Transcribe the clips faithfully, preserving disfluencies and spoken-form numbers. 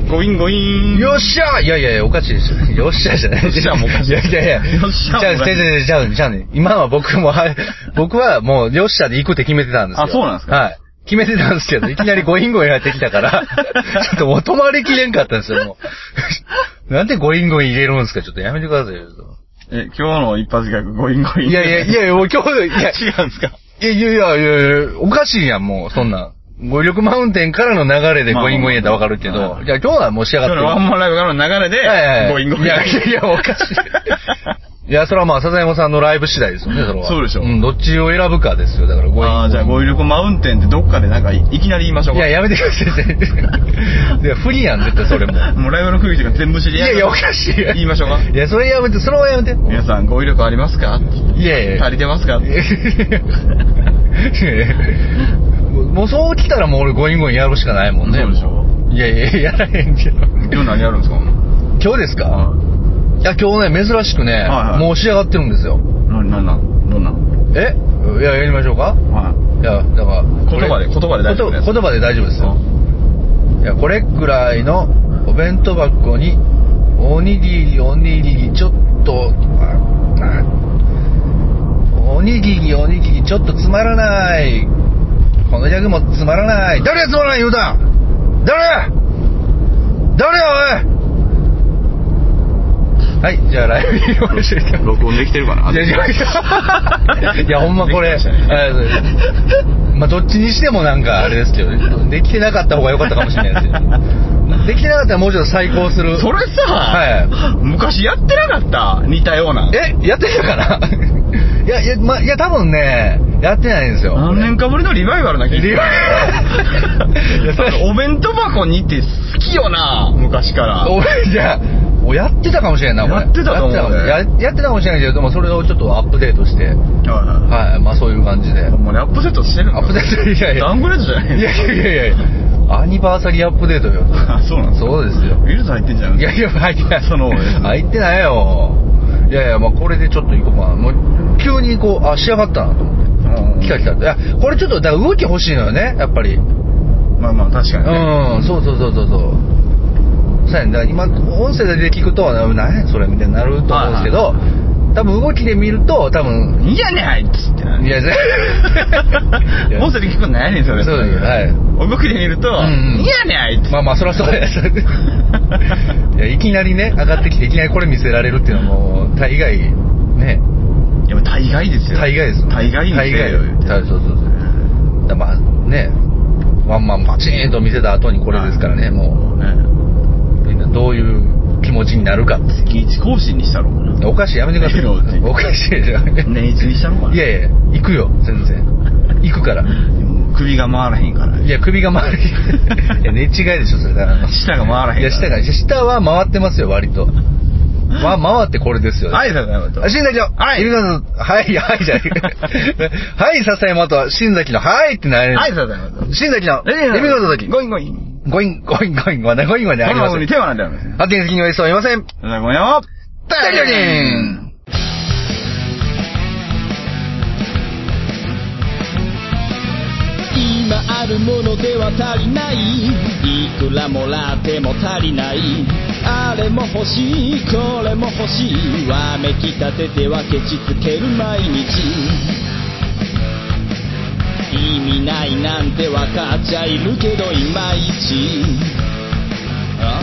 ゴインゴイン。 よっしゃいやいやいや、おかしいですよ。よっしゃじゃない。 よっしゃもおかしい。 いやいやいや。 よっしゃもおかしい。 じゃあ、じゃあ、じゃあ、じゃあね。今は僕も、はい。僕はもう、よっしゃで行くって決めてたんですよ。 あ、そうなんですか？ はい。決めてたんですけど、いきなりゴインゴインやってきたから、ちょっともう止まりきれんかったんですよ、もう。なんでゴインゴイン入れるんですか？ちょっとやめてくださいよ。 え、今日の一発ギャグゴインゴイン。 いやいやいやいや、もう今日、いや、 違うんですか？ いやいやいやいやいや、おかしいやん、もう、そんな。語彙力マウンテンからの流れでゴインゴインやったらわかるけど、まあ、いや、今日はもう仕上がってる。 今日のワンマンライブからの流れで、ゴインゴイン。 いやいやいや、おかしい。いや、それはまあ、笹山さんのライブ次第ですよね、それは。 そうでしょ。 うん、どっちを選ぶかですよ、だからゴインゴイン。ああ、じゃあ語彙力マウンテンってどっかでなんかいきなり言いましょうか。 いや、やめてください。いや、不利やん、絶対それも。 もうライブの空気とか全部知りやいやいや、おかしい。 言いましょうか。 いや、それやめて、それはやめて。 皆さん、語彙力ありますか？ いやいや。 足りてますか？ もうそう来たらもう俺ゴインゴインやるしかないもんね。 そうでしょ。 いやいや、やらへんけど。 今日何やるんですか？ 今日ですか？はい、いや、今日ね、珍しくね、はいはい、もう仕上がってるんですよ。 な、な、な、どんな？ えいや、やりましょうか？はい。いや、だから、 言葉で、言葉で大丈夫です。 言葉で大丈夫ですよ。いや、これくらいのお弁当箱に、おにぎり、おにぎり、ちょっと、おにぎり、おにぎり、ちょっとつまらない。このギャグもつまらない。誰がつまらない言うたん？誰？誰やおい！はい、じゃあライブに行きましょう。 録音できてるかな？ いや、いや、いやほんまこれ、まあどっちにしてもなんかあれですけど、できてなかった方が良かったかもしれないですよ。できてなかったらもうちょっと再考する。 それさ、はい、昔やってなかった似たような。 え、やってたかないや、いや、ま、いや、多分ね、やってないんですよ。 何年かぶりのリバイバルな気がする。リバイバルお弁当箱にって好きよな、昔から。 おじゃあ、やってたかもしれんな、これ。 やってたと思う、ね、 や, やってたかもしれないけど、でもそれをちょっとアップデートして、はい、はいはい、まあそういう感じで。 ほんまにアップデートしてるの？ アップデート、いやいや。 ダウングレードじゃないいやいやいやいや。アニバーサリーアップデートよ。 あ、そうなんですか？ そうですよ。 ウイルス入ってんじゃん。 いやいや、入ってない。 その入ってないよ。いやいや、まあこれでちょっといこうかな。もう急にこう、あ、仕上がったなと思って。来た来た。いや、これちょっとだから動き欲しいのよね、やっぱり。 まあまあ確かにね。 うん、そうそうそうそうそう。そうやね。だから今音声で聞くと何やそれみたいになると思うんですけど、多分動きで見ると多分いやねんあいつってなる。 いや音声で聞くと何やねんそれ。 そうです。はい。 動きで見ると、うんうん、いやねんあいつ。 まあまあそりゃそうや。いやいきなりね上がってきていきなりこれ見せられるっていうのはもう大概ね。 いや大概ですよ。 大概です。 大概に大概よ。そうそうそう。だまあねワンマンパチーンと見せた後にこれですからねもう。ねどういう気持ちになるか月一更新にしたろうかな。 おかしいやめてください。おかしいじゃん。 年一にしたのかな。 いやいや行くよ全然行くから首が回らへんから。 いや首が回らへん。いや寝違いでしょそれだから下が回らへんから。 いや下が下は回ってますよ割と。ま回ってこれですよ。 はい笹山と新崎のはいはいはいじゃはい笹山と新崎のはいってなる。 はい笹山と新崎のエビゴト時ゴインゴインゴインゴインゴインはねゴインはねありません。 このに手はなんであるんですね。 発展的にはそういません。 今夜もダリリン。 今あるものでは足りない。いくらもらっても足りない。あれも欲しいこれも欲しい。わめきたててはケチつける毎日。意味ないなんてわかっちゃいるけどいまいち。ああ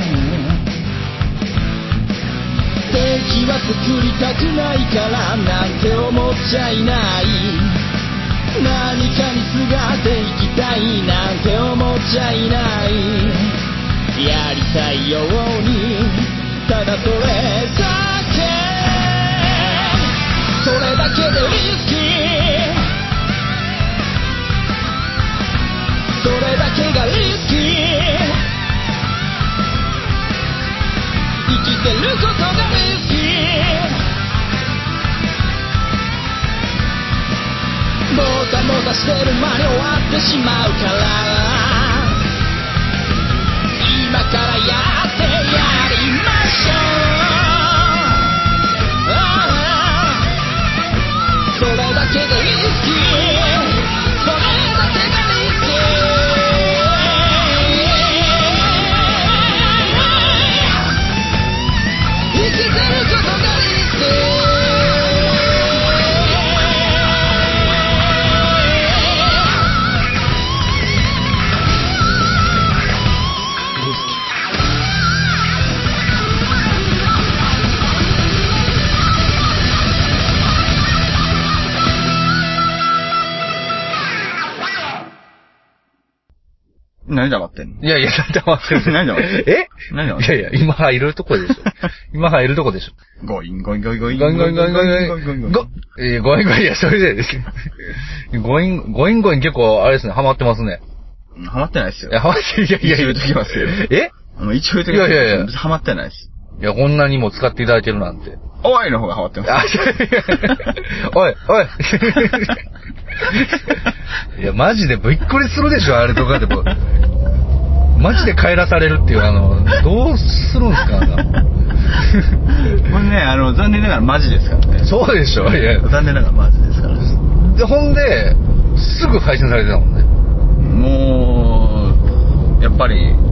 敵は作りたくないからなんて思っちゃいない。何かにすがっていきたいなんて思っちゃいない。やりたいようにただそれだけそれだけでリスキー。それだけがリスキー。生きてることがリスキー。もたもたしてる間に終わってしまうから今からやってやりましょう。それだけがリスキー。それだけがリスキー。 何黙ってんの？ いやいや、黙ってる。 何黙ってんの？ え何黙ってんの？ いやいや、今入るとこでしょ。今入るとこでしょ。 ゴインゴインゴインゴインゴインゴインゴインゴインゴインゴインゴイン。え、ゴインゴイン、いや、それでですね。ゴイン、ゴインゴイン結構、あれですね、ハマってますね。 ハマってないですよ。 いや、ハマって、いやいやいや。 一応言うときますけど。 えあの、一応言うときますけど。 いやいやいや。 ハマってないです。 いや、こんなにも使っていただけるなんて。 おいの方がハマってます。あ、 おい、おい。いや、マジでびっくりするでしょ、あれとかでも。マジで帰らされるっていう、あの、どうするんすか、あの。これね、あの、残念ながらマジですからね。 そうでしょ、いや。 残念ながらマジですから。 で、ほんで、すぐ配信されてたもんね。 もう、やっぱり、うん、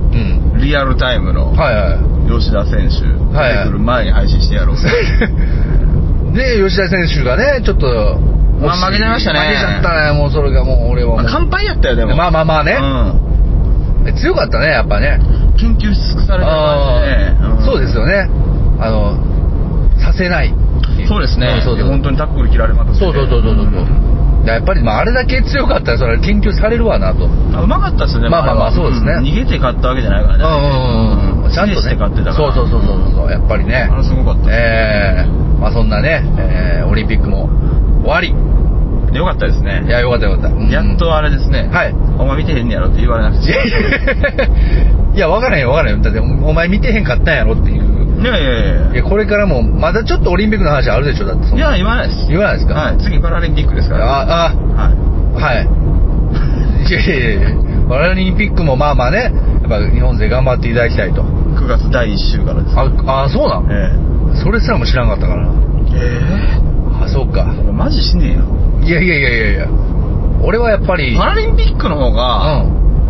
リアルタイムの、はいはい。吉田選手、出てくる前に配信してやろう。 で、吉田選手がね、ちょっと、 まあ負けちゃいましたね。 負けちゃったね、もうそれがもう俺はもう。 乾杯やったよ、でも。 まあまあまあね。うん。強かったね、やっぱね。 研究し尽くされてましたね。 そうですよね。あの、させない。 そうですね。そうそう。本当にタックル切られました。 そうそうそうそうそう。やっぱりまああれだけ強かったらそれは研究されるわなと。 うまかったですね。 まあまあまあそうですね。 逃げて勝ったわけじゃないからね。 うんうんうん。ちゃんとね。 勝ってたから。 そうそうそうそう。やっぱりね。 あれすごかった。 ええ、まあそんなね、えー、オリンピックも終わり。 よかったですね。 いや、よかったよかった。 やっとあれですね。はい。お前見てへんねやろって言われなくて。 いやいやいや、わからへんわからへん。だってお前見てへんかったんやろっていう。 いやいやいや。 いや、これからもまだちょっとオリンピックの話あるでしょ、だって。 いや、言わないです。 言わないですか。 はい。次パラリンピックですから。 あ、あ、はい。はい。いやいやいや、パラリンピックもまあまあね、やっぱ日本勢頑張っていただきたいと。 くがつだいいっ週からです。 あ、あ、そうなの？ええ。それすらも知らんかったからな。 ええ。 あ、そうか。 マジしねえよ。 いやいやいやいやいや。俺はやっぱり。 パラリンピックの方が、うん。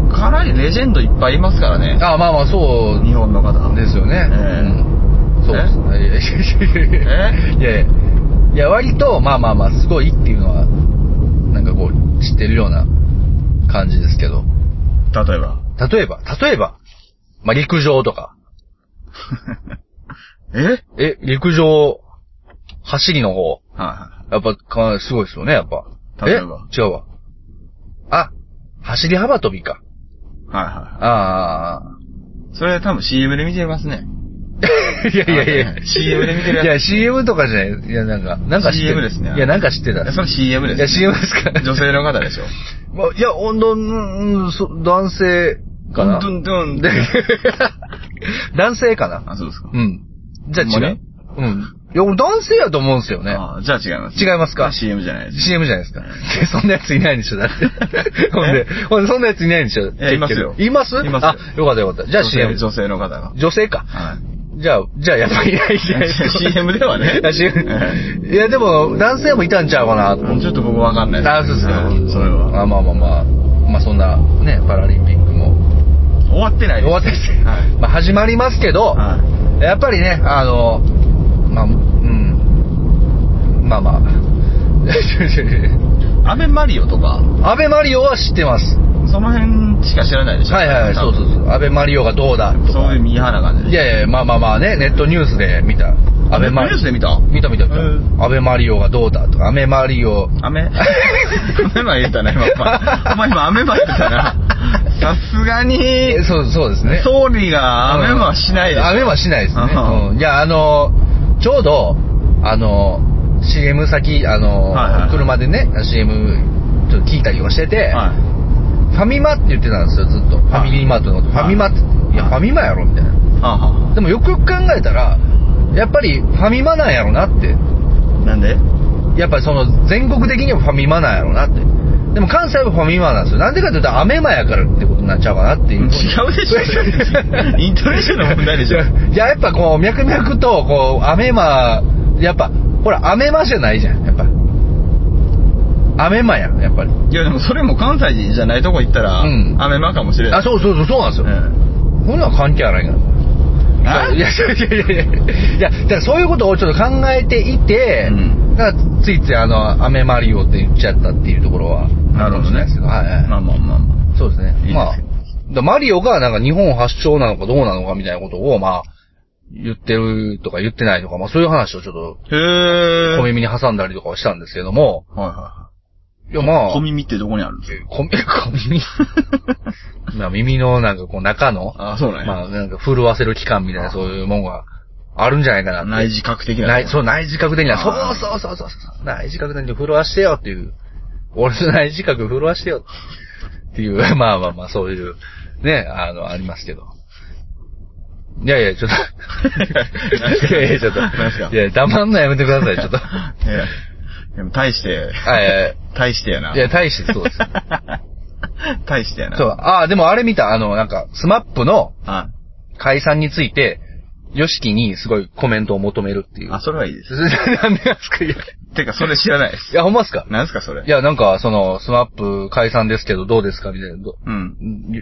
かなりレジェンドいっぱいいますからね。 あ、まあまあそう。 日本の方。 ですよね。ええ。うん、そうですね。えいやいや。いや、割と、まあまあまあ、すごいっていうのは、なんかこう、知ってるような感じですけど。 例えば例えば例えばまあ、陸上とか。 ええ、陸上、走りの方。 はいはい。 やっぱ、か、すごいですよね、やっぱ。 例えばえ違うわ。あ、走り幅跳びか。 はいはい。 ああ。 それ多分 シーエム で見てますね。 いやいやいや、 シーエム で見てるやつ。 いや、シーエム とかじゃない。いや、なんか、なんか知ってる。 シーエム ですね。 いや、なんか知ってた。 いや、それ シーエム です。 いや、シーエム ですか。 女性の方でしょ。 いや、ほんと、うん、男性かな。 ドンドンドン。 男性かな。 あ、そうですか。 うん。じゃあ違う。うん。いや、俺男性やと思うんですよね。 ああ、じゃあ違います。 違いますか？ シーエム じゃないです。 シーエム じゃないですか。そんなやついないんでしょ、だって。ほんで、ほんで、そんなやついないんでしょ。 いますよ。 います？ います。 あ、よかったよかった。じゃあ シーエム。 女性の方が。 女性か。はい。じゃあ、じゃあやっぱりいないじゃないですか。 シーエム ではね。 いや、でも、男性もいたんちゃうかなと。 ちょっと僕わかんないです。 あ、そうですか。 それは。 あ、まあまあまあ。まあそんな、ね、パラリンピックも。 終わってないです。 終わってないです。はい。まあ始まりますけど、やっぱりね、あの、まあ、うん。まあまあ。 アベマリオとか。 アベマリオは知ってます。 その辺しか知らないでしょ。 はいはい、そうそうそう。アベマリオがどうだとか。 そういうミーハーな感じで。 いやいや、まあまあまあね、ネットニュースで見た。 アベマリオ。ニュースで見た見た見た見た。アベマリオがどうだとか、アメマリオ。 アメアメマ言ったな、今。お前今アメマ言ったな。さすがに。 そう、そうですね。 総理がアメマしないです。 アメマしないですね。うん。いや、あの、ちょうど、あの、シーエム 先、あの、はいはい、車でね、シーエム ちょっと聞いたりとかしてて、はい、ファミマって言ってたんですよ、ずっと。ファミリーマートのこと。はい、ファミマって、いや、ファミマやろみたいな。はい、でもよくよく考えたら、やっぱりファミマなんやろなって。 なんで？ やっぱりその、全国的にはファミマなんやろなって。でも関西はファミマなんですよ。なんでかというと、アメマやからってことになっちゃうかなっていう。 違うでしょ。イントネーションの問題でしょ。 いや、やっぱこう、脈々と、こう、アメマ、やっぱ、ほら、アメマじゃないじゃん、やっぱ。アメマやん、やっぱり。 いや、でもそれも関西人じゃないとこ行ったら、うん、アメマかもしれない。 あ、そうそうそう、そうなんですよ。うん、こんなの関係あらへんから。いや、いや、いや、いや、いや、いや、だからそういうことをちょっと考えていて、うん、だからついついあの、アメマリオって言っちゃったっていうところは、 なるほどね。 はいはい。 まあまあまあまあ。 そうですね。 いいですまあ、だマリオがなんか日本発祥なのかどうなのかみたいなことを、まあ、言ってるとか言ってないとか、まあそういう話をちょっと、へー。小耳に挟んだりとかはしたんですけども、はいはい。 いや、まあ。 小耳ってどこにあるんですか？ 小耳、小耳まあ耳のなんかこう中の。 あ、そうなんや。 まあなんか震わせる器官みたいなそういうもんがあるんじゃないかなって。 内耳覚的な。 内、そう、内耳覚的な。そうそうそうそうそう。内耳覚的に震わしてよっていう。俺の内耳覚震わしてよっていう、まあまあまあそういう、ね、あの、ありますけど。いやいや、ちょっと。いやいや、ちょっと。いや、黙んのやめてください、ちょっと。いや、 でも、大して。 はいはい。 大してやな。 いや、大してそうです。 大してやな。 そう。ああ、でもあれ見た、あの、なんか、スマップの解散について、ヨシキにすごいコメントを求めるっていう。 あ、それはいいです。 なんでですか？いや。 てか、それ知らないです。 いや、ほんまっすか？ なんすか、それ。 いや、なんか、その、スマップ解散ですけど、どうですかみたいな。 うん。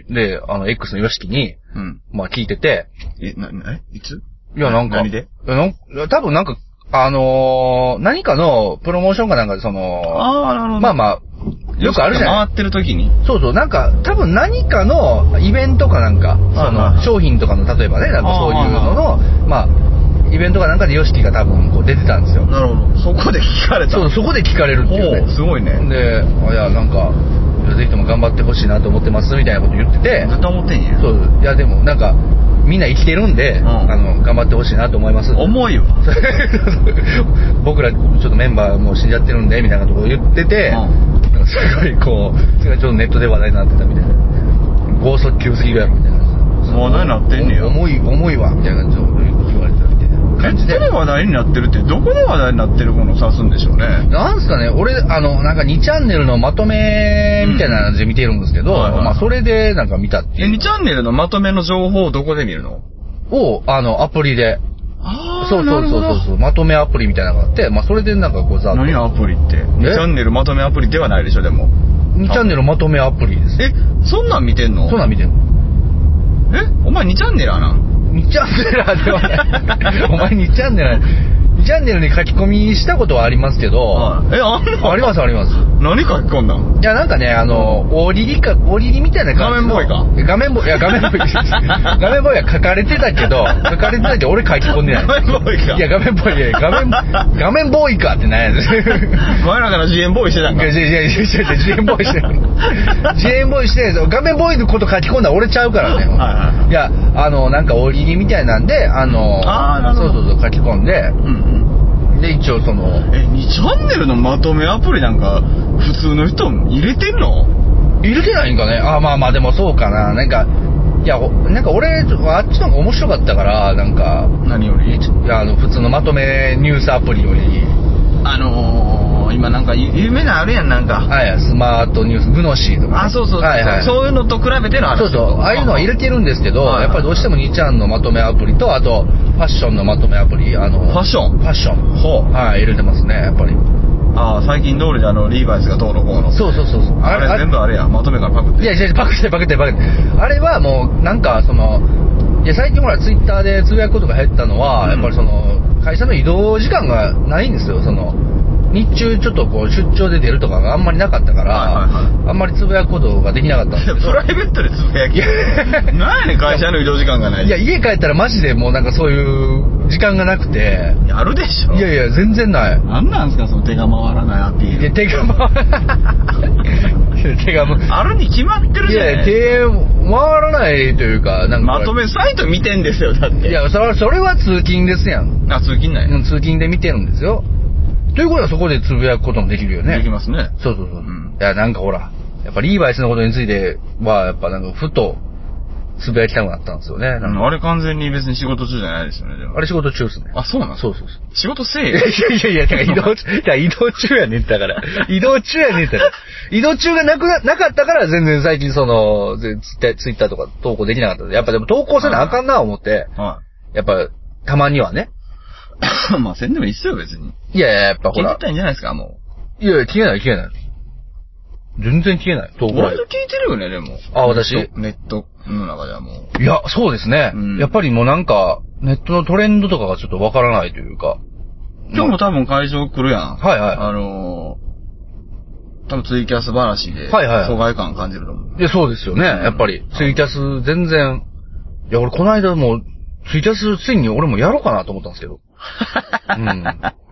で、あの、X のヨシキに、うん。まあ、聞いてて。 え、な、な、えいつ？ いや、なんか。 何で？ なん多分なんか、あのー、何かのプロモーションかなんかで、その、 ああ、なるほど。 まあまあ、よくあるじゃない。 回ってる時にそうそう、なんか、多分何かのイベントかなんか、その、商品とかの、例えばね、なんかそういうのの、まあ、イベントかなんかでヨシキが多分こう出てたんですよ。 なるほど。そこで聞かれた。 そう、そこで聞かれるっていうね。 すごいね。 で、いや、なんか、ぜひとも頑張ってほしいなと思ってますみたいなこと言ってて。 ずっと思ってんや。 そう、いやでもなんか、みんな生きてるんで、うん、あの、頑張ってほしいなと思います。 重いわ。 僕らちょっとメンバーもう死んじゃってるんで、みたいなことを言ってて、うん、すごいこう、それがちょっとネットで話題になってたみたいな。剛速球すぎるやろ、みたいな。 話題になってんねや。 重い、重いわ、みたいな感じで言われてたみたいな。 ネットで話題になってるって、どこで話題になってるものを指すんでしょうね。 なんすかね、俺、あの、なんかにチャンネルのまとめみたいな感じで見てるんですけど、うんはいはい、まあそれでなんか見たっていう。 え、にチャンネルのまとめの情報をどこで見るの？ を、あの、アプリで。 ああ、 そうそうそうそうそう、まとめアプリみたいなのがあって、まあそれでなんかこうざっと。 何アプリって？にチャンネルまとめアプリではないでしょ、でも。 にチャンネルまとめアプリです。 え、そんなん見てんの？ そんなん見てんの。 え、お前にチャンネルやな。 にチャンネルではない。お前にチャンネルにチャンネルに書き込みしたことはありますけど、 はい、え、あんの？ ありますあります。 何書き込んだん？ いや、なんかね、あの、大喜利か、大喜利みたいな感じの。 画面ボーイか。 画面ボーイ、いや、画面ボーイ。画面ボーイは書かれてたけど、書かれてたけど、俺書き込んでない。 画面ボーイか。 いや、画面ボーイ、いや、画面、画面ボーイかってなんやねん。 前らからジーエムボーイしてたんか。 いや、いや、いや、いや、ジーエムボーイしてない。ジーエムボーイしてないですよ。画面ボーイのこと書き込んだら俺ちゃうからね。はいはい。いや、あの、なんか大喜利みたいなんで、あの、 あー、 そうそうそう、書き込んで、うんうん。で、一応その、 え、にチャンネルのまとめアプリなんか、普通の人入れてんの？ 入れてないんかね。あ、まあまあでもそうかな。なんか、いや、なんか俺、あっちの方が面白かったから、なんか、 何より？ いや、あの、普通のまとめニュースアプリより、 あのー、今なんか有名なあるやん、なんか。 はい、スマートニュース、グノシーとか、ね。 あ、そうそうそう。はいはい、そういうのと比べての話。 そうそう。ああいうのは入れてるんですけど、はいはい、やっぱりどうしてもにちゃんのまとめアプリと、あと、ファッションのまとめアプリ、あの、 ファッションファッション。 ほう。 はい、入れてますね、やっぱり。 ああ、最近通りであの、リーバイスがどうのこうの。 そうそうそうそう。 あれ、あれ全部あれや、まとめからパクって。 いやいや、パクってパクってパクって。あれはもう、なんか、その、いや、最近ほら、ツイッターでつぶやくことが減ったのは、うん、やっぱりその、会社の移動時間がないんですよ、その、日中ちょっとこう出張で出るとかがあんまりなかったから、はいはいはい、あんまりつぶやくことができなかったんですけど。 プライベートでつぶやきなんやねん、会社の移動時間がない。 いや、家帰ったらマジでもうなんかそういう時間がなくて。 あるでしょ。 いやいや、全然ない。 なんなんすか、その手が回らないアピール。 いや、手が回らない手が回あるに決まってるじゃん。 いや、手回らないというか、なんか。 まとめサイト見てんですよ、だって。 いや、それは、それは通勤ですやん。 あ、通勤ない。 うん、通勤で見てるんですよ。ということはそこでつぶやくこともできるよね。 できますね。 そうそうそう。うん、いや、なんかほら、やっぱリーバイスのことについては、やっぱなんかふと、つぶやきたくなったんですよね。なんか、 うん、あれ完全に別に仕事中じゃないですよね、でも。 あれ仕事中ですね。 あ、そうなの？ そうそうそう。 仕事せえよ。 いやいやいや、だから移動中、いや移動中やねんだから。移動中やねんだから。移動中がなくな、なかったから全然最近その、ツイッターとか投稿できなかった。やっぱでも投稿せなあかんな思って。はい。やっぱ、たまにはね。 まあ、せんでもいいっすよ、別に。 いやいや、やっぱほら。 消えたいんじゃないですか、もう。いやいや、消えない、消えない。全然消えない。投稿。 割と消えてるよね、でも。 あ、私ネットの中ではもう。いや、そうですね。うん、やっぱりもうなんか、ネットのトレンドとかがちょっとわからないというか。 今日も多分会場来るやん。 はいはい。 あのー、多分ツイキャス話で。 はいはい。 疎外感感じると思う。 いや、そうですよね。やっぱり。ツイキャス全然。いや、俺この間もう、ツイキャスついに俺もやろうかなと思ったんですけど。うん。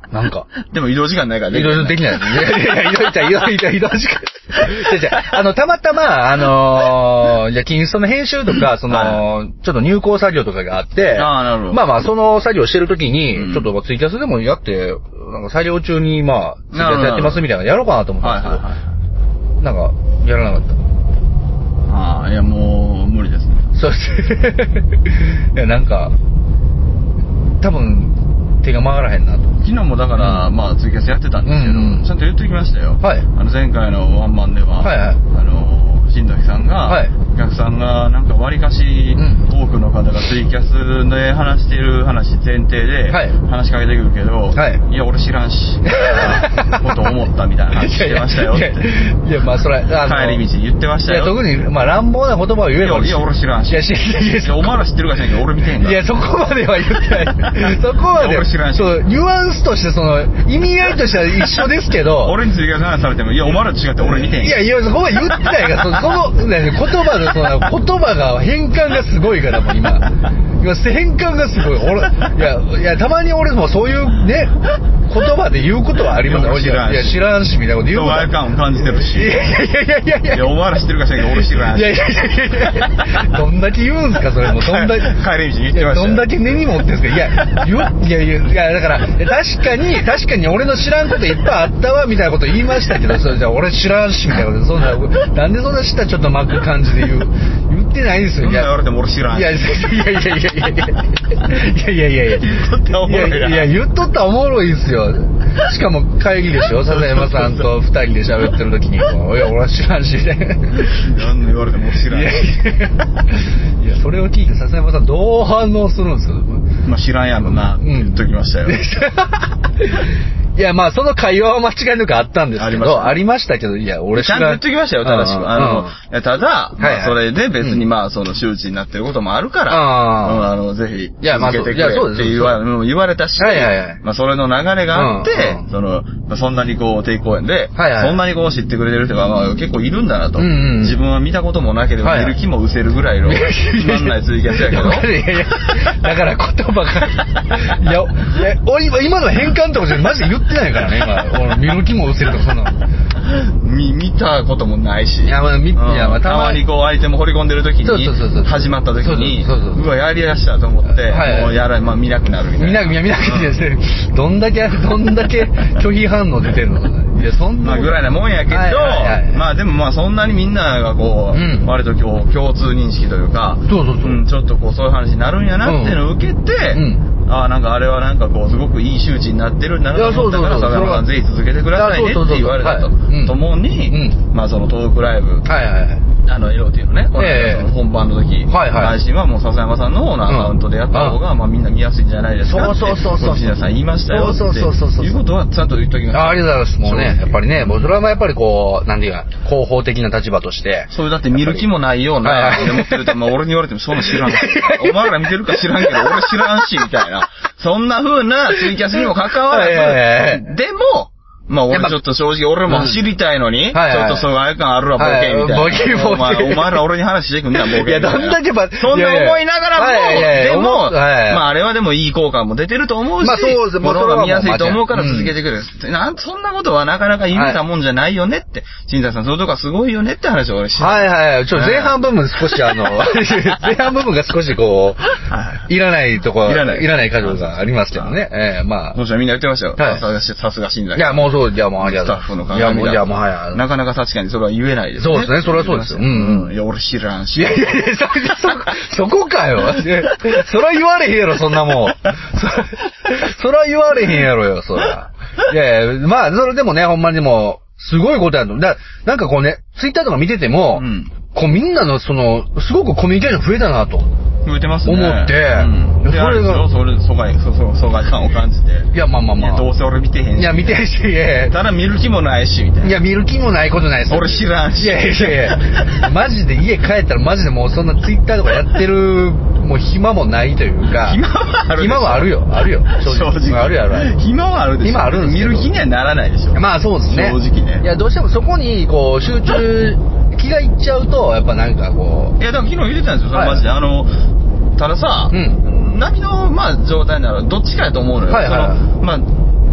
なんか。 でも移動時間ないからね。 移動できない。いやいや、移動、移動、移動、移動時間。じゃあ、あの、たまたま、あのー、じゃあ、キンストの編集とか、その、はい、ちょっと入稿作業とかがあって、 ああ、なるほど。 まあまあ、その作業してるときに、うん、ちょっとツイキャスでもやって、なんか作業中に、まあ、ツイキャスやってますみたいなのやろうかなと思ったんですけど、はいはいはい、なんか、やらなかった。 ああ、いや、もう、無理ですね。 そうですね。いや、なんか、多分、手が回らへんなと。 昨日もだから、うん、まあツイキャスやってたんですけど、うんうん、ちゃんと言ってきましたよ。はい。あの前回のワンマンでは、はいはい、あの新崎さんが、はい、お客さんがなんかわりかし、うん、多くの方がツイキャスで話している話前提で、はい、話しかけてくるけど、はい、いや俺知らんし、こと思ったみたいな話してましたよって。 いやまあそれあの帰り道に言ってましたよ。 いや特にまあ乱暴な言葉を言えばいや、いや俺知らんし。いや知らん。いやお前ら知ってるか知らんけど俺見てへんから。 いやそこまでは言ってない。そこまでは。 俺知らんし。 そうニュアンスとしてその意味合いとしては一緒ですけど。 俺にツイキャス話されてもいやお前らと違って俺見てへん。 いやいやそこは言ってないからそのそのね言葉のその言葉が変換がすごいからもう今今変換がすごい俺いやいやたまに俺もそういうね言葉で言うことはありますよ。 知らんし。 いや知らんしみたいなこと言うこと。 疎外感を感じてるし。 いやいやいやいやいやいや。 いやお前ら知ってるか知らんけど俺知らんし。 いやいやいやいやどんだけ言うんすかそれもどんだけ帰り道言ってましたよ。 どんだけ根に持ってんすか。いや言ういやいやいやだから確かに確かに俺の知らんこといっぱいあったわみたいなこと言いましたけどそれじゃ俺知らんしみたいなことそんななんでそんな知ったちょっと巻く感じで言う言ってないですよ。 そんな言われても俺知らんし。 いやいやいやいやいやいやいやいやいやいや言っとったらおもろいな。 いやいや言っとったらおもろいですよ。しかも会議でしょ笹山さんと二人で喋ってる時にいや俺は知らんし何言われても知らんし。 いやそれを聞いて笹山さんどう反応するんですか。 まあ知らんやろなって言っときましたよ。 いやまあその会話は間違いなくあったんですけどありましたけどいや俺ちゃんと言っときましたよ正しく。あのただまあそれで別にまあその周知になってることもあるからあのぜひ続けてくれって言われたしまあそれの流れがあってそのそんなにこう定期公演でそんなにこう知ってくれてる人がまあ結構いるんだなと自分は見たこともなければ見る気も失せるぐらいのつまんないツイキャスやけどだから言葉がいや今の変換とかじゃマジで言ってないからね今見る気も失せるとかそんな見見たこともないしいやまあ見、うん、いやまあたまにこうアイテム掘り込んでる時に始まった時にうわやりだしたと思って、はい、もうやらまあ見なくなるみたいな見な見なくなる、うん、どんだけどんだけ拒否反応出てるのいやそんなまあぐらいなもんやけど、はいはいはい、まあでもまあそんなにみんながこう、うん、割と今日共通認識というかそうそうそう、 うん、ちょっとこうそういう話になるんやなっていうのを受けて、うんうん、ああなんかあれはなんかこうすごくいい周知になってるんだなと思ったから坂山さんぜひ続けてくださいねって言われたとともに、うん、まあそのトークライブ、はいはいはい、あのエロっていうのねこの間その本番の時、はいはい、配信はもう笹山さんの方のアカウントでやった方が、うん、まあみんな見やすいんじゃないですかってそうそうそうそう皆さん言いましたよっていうことはちゃんと言っときました。 ありがとうございます。もうねやっぱりねもうそれはやっぱりこうなんていうか広報的な立場としてそれだって見る気もないようなでもってるとまあ俺に言われてもそんな知らんお前ら見てるか知らんけど俺知らんしみたいなそんな風なツイキャスにも関わらずでもまあ俺ちょっと正直俺も走りたいのに、ちょっと疎外感あるわボケみたいな。ボケボケ。お前お前ら俺に話してくんなボケ。 いやどんだけばそんな思いながらも、でもまああれはでもいい効果も出てると思うし、まあそうです。ものが見やすいと思うから続けてくる。なんそんなことはなかなか言えたもんじゃないよねって、新崎さんそういうとこはすごいよねって話を俺して。 はいはい。ちょっと前半部分少しあの前半部分が少しこういらないとこいらないいらない箇所がありますけどね。ええまあ。 どうしたみんな言ってましたよ。さすが新崎。 いやもうそういやもうありがとう。 スタッフの鏡が。いやもう、いやもう、はい。なかなか確かにそれは言えないですね。 そうですね、それはそうですよ。うんうん。いや、俺知らんし。 いやいやいや、そ、そこかよ。それは言われへんやろ、そんなもん。それは言われへんやろよ、そら。いやいや、まあ、それでもね、ほんまにもう、すごいことやと。だなんかこうね、ツイッターとか見てても、うん、こうみんなのその、すごくコミュニケーション増えたなと。 増えてますね。 思って、 うん、それがそれ疎外そそ疎外感を感じて。 いやまあまあまあ。 どうせ俺見てへんし。 いや見てへんし、いやただ見る気もないしみたいな。 いや見る気もないことないです。 俺知らんし。 いやいやいや。マジで家帰ったらマジでもうそんなツイッターとかやってるもう暇もないというか。 暇はある。 暇はあるよあるよ。 正直。 あるよある。 暇はあるでしょ。 暇あるんですけど。 見る気にはならないでしょ。 まあそうですね。 正直ね。 いやどうしてもそこにこう集中気がいっちゃうとやっぱなんかこう。いやでも昨日言ってたんですよ。それマジであの。たださ、うん、波の、まあ、状態ならどっちかやと思うのよ。はいはいはい、そのまあ、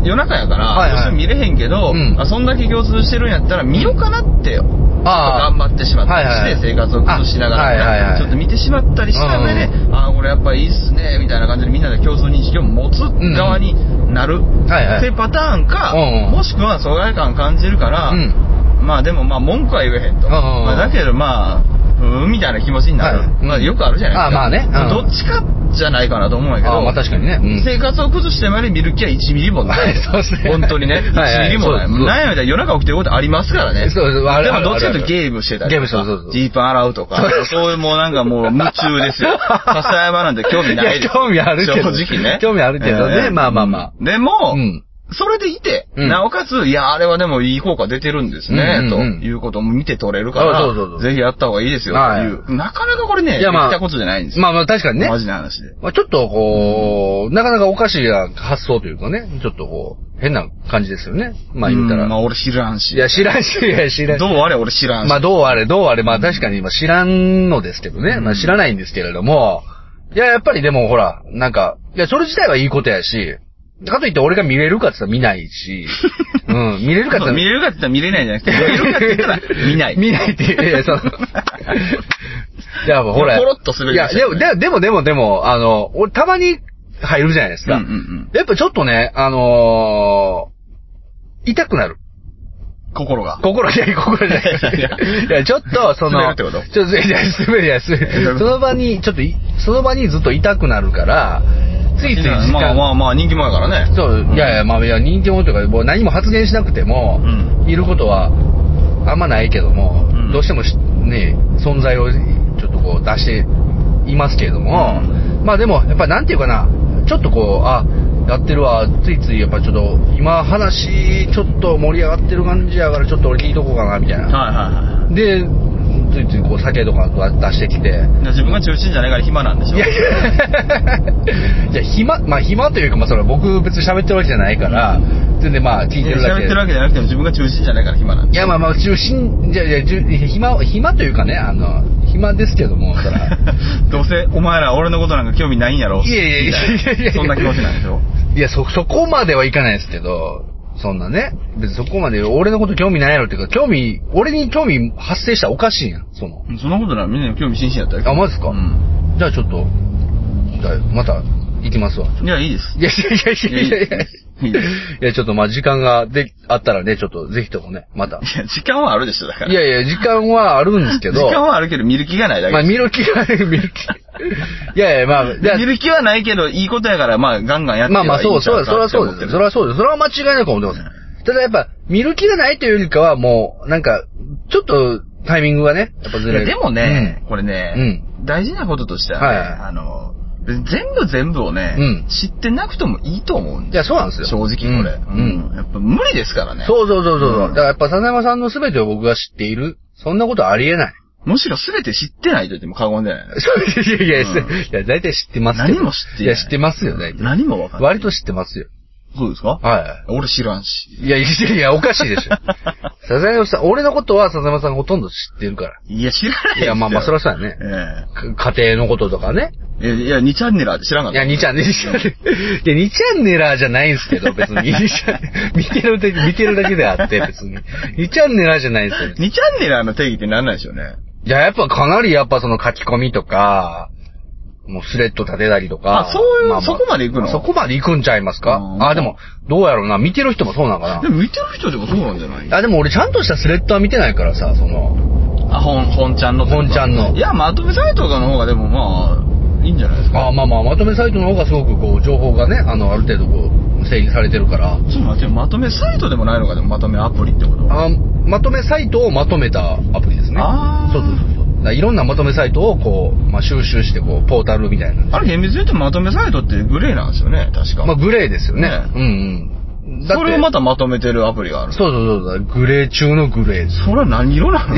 夜中やから、はいはい、どうしても見れへんけど、うん、あそんだけ共通してるんやったら見ようかなってよ。頑張ってしまったりして、生活を崩しながら、はいはいはい、ちょっと見てしまったりした上で、うん、ああ、これやっぱいいっすね、みたいな感じでみんなで共通認識を持つ側になる、うんはいはい、ってパターンか、うん、もしくは疎外感感じるから、うん、まあでもまあ文句は言えへんと。うんまあ、だけどまあ、うんみたいな気持ちになる。はい、まあよくあるじゃないですか。あまあね。うん、どっちかじゃないかなと思うんやけど。 あまあ確かにね。うん、 生活を崩してまで見る気はいちミリもない。そうですね。本当にね。いちミリもない。なんやみたいな夜中起きてることありますからね。そうそう。でもどっちかというとゲームしてたりとか。ゲームそうそうそう。ジーパン洗うとか。そういうもうなんかもう夢中ですよ。笹山なんて興味ないです。 興味あるけど。 正直ね。 興味あるけどね。まあまあまあ。 でも、うんそれでいて、うん、なおかつ、いや、あれはでもいい効果出てるんですね、うんうんうん、ということも見て取れるから、そうそうそうぜひやった方がいいですよ、という。なかなかこれね、いや、まあ、言ったことじゃないんですよ。 まあまあ確かにね。 マジな話で。 まあ、ちょっとこう、うん、なかなかおかしい発想というかね、ちょっとこう、変な感じですよね。まあ言ったら。 まあ俺知らんし。 いや、知らんし、いや、知らんし。 どうあれ俺知らんし。 まあどうあれ、どうあれ、まあ確かに今知らんのですけどね。まあ知らないんですけれども、いや、やっぱりでもほら、なんか、いや、それ自体はいいことやし、かといって俺が見れるかって言ったら見ないし、うん、見れるかって言ったら見れるかって言ったら見れないじゃなくて、見れるかって言ったら見ない。 見ないっていう、いや、そう。いや、もうほら。 ポロッとするいや、でも、でも、でも、でも、あの、俺たまに入るじゃないですか。うんうんうん、やっぱちょっとね、あのー、痛くなる。 心が。 心じゃない、心じゃない。いや、ちょっと、その、 滑るってことちょっと、いや、滑るや、滑る。その場に、ちょっと、その場にずっと痛くなるから、ついつい時間まあまあまあ人気者やからね。 そう、いやいや、まあいや、人気者というか、もう何も発言しなくても、うん、いることは、あんまないけども、うん、どうしてもね、存在をちょっとこう出していますけれども、うん、まあでも、やっぱなんていうかな、ちょっとこう、あ、やってるわ、ついついやっぱちょっと、今話、ちょっと盛り上がってる感じやから、ちょっと俺聞いとこうかな、みたいな。はいはいはい。で、ついついこう酒とか出してきて自分が中心じゃないから暇なんでしょ。いやいやじゃあ暇まあ暇というかまあそれは僕別に喋ってるわけじゃないから、うん、全然まあ聞いてるだけ喋ってるわけじゃなくても自分が中心じゃないから暇なんで。 いやまあまあ中心じゃいや暇暇というかねあの暇ですけどもそらどうせお前ら俺のことなんか興味ないんやろ。 いやいやいやいやそんな気持ちなんでしょ。 いやそそこまではいかないですけど。そんなね。別にそこまで俺のこと興味ないやろっていうか、興味、俺に興味発生したらおかしいやん、その。 そんなことない。みんな興味津々やったら。 あ、マジですか？うん。じゃあちょっと、じゃあまた行きますわ。 いや、いいです。 いやいやいやいやいやいや。いや、ちょっとまあ時間がで、あったらね、ちょっとぜひともね、また。 いや、時間はあるでしょ、だから。 いやいや、時間はあるんですけど。 時間はあるけど見る気がないだけ。 まあ見る気がない、見る気。いやいや、まあ、 見る気はないけど、いいことやから、まあ、ガンガンやってまあまあ、そう、そう、それはそうです。それはそうです。それは間違いなく思ってます。ただやっぱ、見る気がないというよりかは、もう、なんか、ちょっと、タイミングがね、やっぱずれる。 でもね、うん、これね、うん、大事なこととしてはね、はい、あの、全部全部をね、うん、知ってなくてもいいと思うんですよ。 いや、そうなんですよ。 正直これ。うん。うん、やっぱ無理ですからね。 そうそうそうそう。うん、だからやっぱ、笹山さんの全てを僕が知っている。そんなことありえない。 むしろ全て知ってないと言っても過言じゃない。 いやいやいや、うん、いや、大体知ってますよ。 何も知ってない。いや、知ってますよ、大体。 何もわかんない。 割と知ってますよ。 そうですか？ はい。 俺知らんし。 いやいやいや、おかしいでしょ。笹山さん、俺のことは笹山さんほとんど知ってるから。 いや、知らないですよ。 いや、まあまあ、そりゃそうやね。ええー。家庭のこととかね。 いや、いや、にチャンネラーって知らんかった。 いや、にチャンネラー、いや、にチャンネラーじゃないんですけど、別に。見てるだけ、見てるだけであって、別に。にチャンネラーじゃないんですよ。 にチャンネラーの定義って何なんでしょうね。 いや、やっぱかなりやっぱその書き込みとか、もうスレッド立てたりとか。 あ、そういう、まあまあ、そこまで行くの？ そこまで行くんちゃいますか？あ、でも、どうやろうな。見てる人もそうなのかな。 でも見てる人でもそうなんじゃない？ あ、でも俺ちゃんとしたスレッドは見てないからさ、その。 あ、本、本ちゃんの。 本ちゃんの。 いや、まとめサイトとかの方がでもまあ、いいんじゃないですか。 あ、まあまあ、まとめサイトの方がすごくこう、情報がね、あの、ある程度こう、整理されてるから。 ちょっと待って、まとめサイトでもないのか、でもまとめアプリってこと？ あ、まとめサイトをまとめたアプリですね。ああ。そうそうそうそう。いろんなまとめサイトをこう、まあ、収集してこう、ポータルみたいな。 あれ厳密に言うとまとめサイトってグレーなんですよね、確か。 まあグレーですよね。ねうんうん。 それをまたまとめてるアプリがある。 そうそうそう。グレー中のグレー。 それは何色なの？も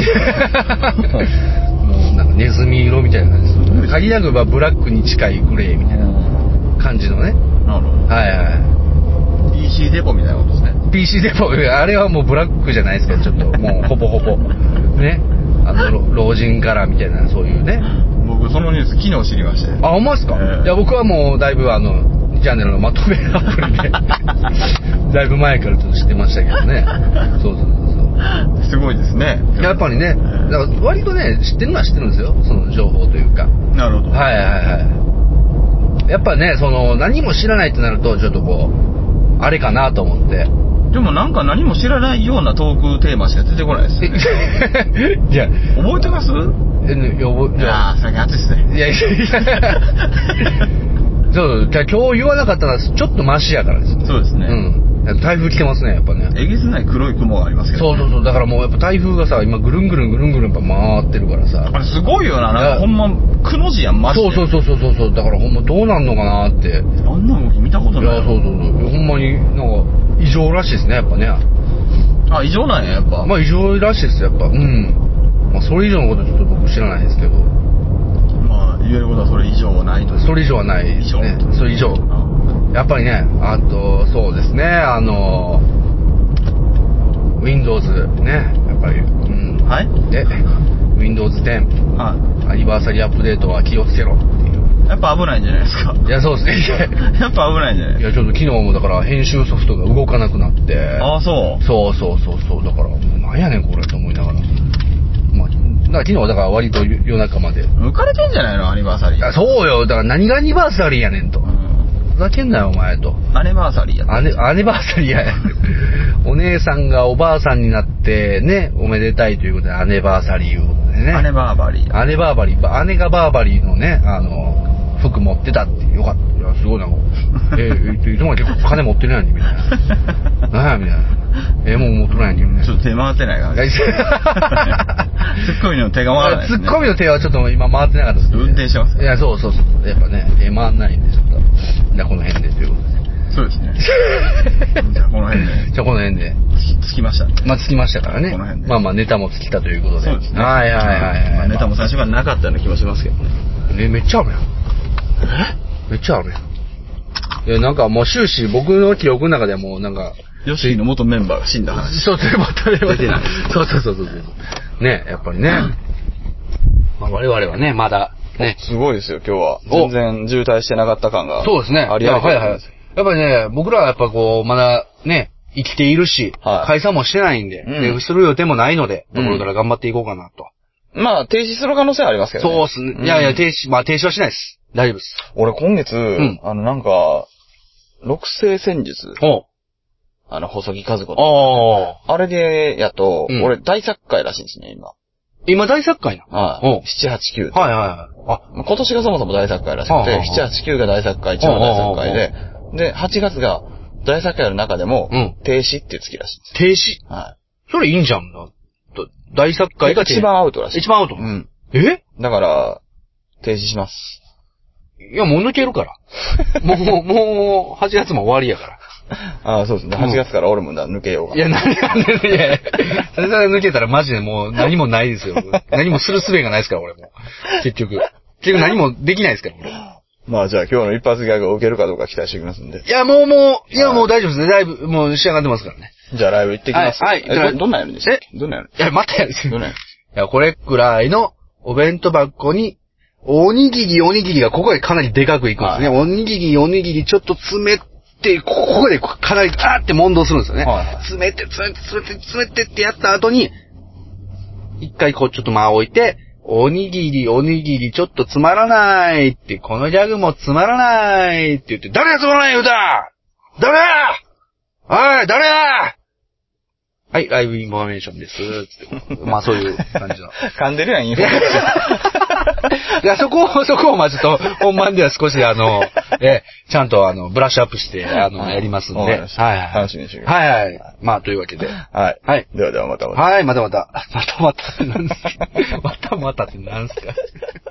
うなんかネズミ色みたいな感じです。限りなくばブラックに近いグレーみたいな感じのね。 なるほど。 はいはい。 ピーシー デポみたいなことですね。 ピーシー デポ、あれはもうブラックじゃないですけど、ちょっともうほぼほぼ。ね。あの、老人からみたいな、そういうね。 僕、そのニュース昨日知りましたよ。 あ、ほんまですか？えー、いや、僕はもうだいぶあの、 チャンネルのまとめアプリでだいぶ前からちょっと知ってましたけどね。そうそうそうそう。 すごいですね。 やっぱりね、だから割とね知ってるのは知ってるんですよ。その情報というか。 なるほど。 はいはいはい。やっぱね、その何も知らないってなるとちょっとこうあれかなと思って。 でもなんか何も知らないようなトークテーマしか出てこないですよね。いや覚えてます？ えいや覚え。 ああ最近暑いっすね。いやいやいや。 そうじゃあ今日言わなかったのはちょっとマシやからです。 そうですね。 うん。台風来てますねやっぱね。 えげつない黒い雲がありますけど、 ね。そうそうそうだからもうやっぱ台風がさ今ぐるんぐるんぐるんぐるんやっぱ回ってるからさ。 あれすごいよななんかほんまくの字やんマジで。 そうそうそうそうそうだからほんまどうなんのかなって。 あんな動き見たことない。 いやそうそうそうほんまになんか異常らしいですねやっぱね。 あ異常なんややっぱ。 まあ異常らしいですやっぱうん。まあそれ以上のことちょっと僕知らないですけど。 まあ言えることはそれ以上はないと。 それ以上はないですね。それ以上。やっぱりねあとそうですねあの Windows ねやっぱり、うん、 はいえ ウィンドウズテン、はい、アニバーサリーアップデートは気をつけろっていうやっぱ危ないんじゃないですか。 いやそうですねやっぱ危ないんじゃない。 いやちょっと昨日もだから編集ソフトが動かなくなって。 ああそうそうそうそうそうだからなんやねんこれと思いながらまあだから昨日はだから割と夜中まで浮かれてんじゃないのアニバーサリー。 あそうよだから何がアニバーサリーやねんと、うん、ふざけんなよお前と。 アニバーサリーやアネアニバーサリーやお姉さんがおばあさんになってねおめでたいということでアネバーサリーいうことでね。 アネバーバリーアネバーバリー姉がバーバリーのねあの服持ってたってよかった。いやすごいなえー、いつも結構金持ってるやんみたいな何やみたいなえー、もう持ってないやんみたいな。 ちょっと手回ってないからねツッコミの手が回らない、ね、 ツッコミの手はちょっと今回ってなかったです、ね、 運転してます。 いやそうそうそうやっぱね手回んないんでちょっとじゃあこの辺でということで。 そうですねじゃあこの辺でじゃあこの辺でつきましたね。 まあつきましたからね。 この辺でまあまあネタも尽きたということで。 そうですね。 はいはいはい、はいまあ、ネタも最初からなかったような気もしますけどね。 ねめっちゃあるやん。えめっちゃあるやん。いやなんかもう終始僕の記憶の中ではもうなんかヨッシーの元メンバーが死んだ話。 そうそうそうそうそうそうねやっぱりねまあ我々はねまだねすごいですよ今日は全然渋滞してなかった感がそうですねありありと。はいはい。 やっぱりね僕らはやっぱこうまだね生きているし、はい、解散もしてないんで、うん、でする予定もないので、ところから頑張っていこうかなと。 うん、まあ停止する可能性はありますけどね。 そうっすね。うん、いやいや停止まあ停止はしないです。大丈夫です。 俺今月、うん、あのなんか六星戦術。あの細木和子と。あれでやと、うん、俺大作会らしいんですね今。 今大作会なの？ はい。なな、はち、きゅう。 はいはい。 あ、今年がそもそも大作会らしくて、なな、はち、きゅうが大作会、一番大作会で、で、はちがつが大作会の中でも、うん、停止っていう月らしいんです。 停止？はい。それいいんじゃんな。大作会が一番アウトらしい。 一番アウト？うん。え？ だから、停止します。 いや、もう抜けるから。もう、もう、はちがつも終わりやから。 ああ、そうですね。はちがつから俺も抜けようか。 いや、何が、いやいや、それから抜けたらマジでもう何もないですよ。何もする術がないですから、俺も。結局。結局何もできないですから、俺。 まあじゃあ今日の一発ギャグを受けるかどうか期待しておきますんで。 いや、もうもう、いやもう大丈夫ですね。だいぶ、もう仕上がってますからね。 じゃあライブ行ってきます。 はい。はい、 ど、どんなんやるんですか？ えどんなんやる？ いや、またやるんですよ。 どんなんやる？ いや、これくらいのお弁当箱に、おにぎり、おにぎりがここでかなりでかくいくんですね。はい、おにぎり、おにぎりちょっと詰めて、ここでかなりあーって問答するんですよね。はい、詰めて、詰めて、詰めて、詰めてってやった後に、一回こうちょっと間を置いて、おにぎり、おにぎりちょっとつまらないって、このギャグもつまらないって言って、誰がつまらない言うた！誰だ！おい、誰だ！はい、ライブインフォメーションです。つって。まあそういう感じの。 噛んでるやん、インフォメーション。 いや、そこを、そこをまあちょっと、本番では少しあの、え、ちゃんとあの、ブラッシュアップして、あの、やりますんで。はい、はい。 楽しみにしてください。はい、はい。まあというわけで。 はい。はい。ではではまたまた。 はい、またまた。またまた。またまたって何すか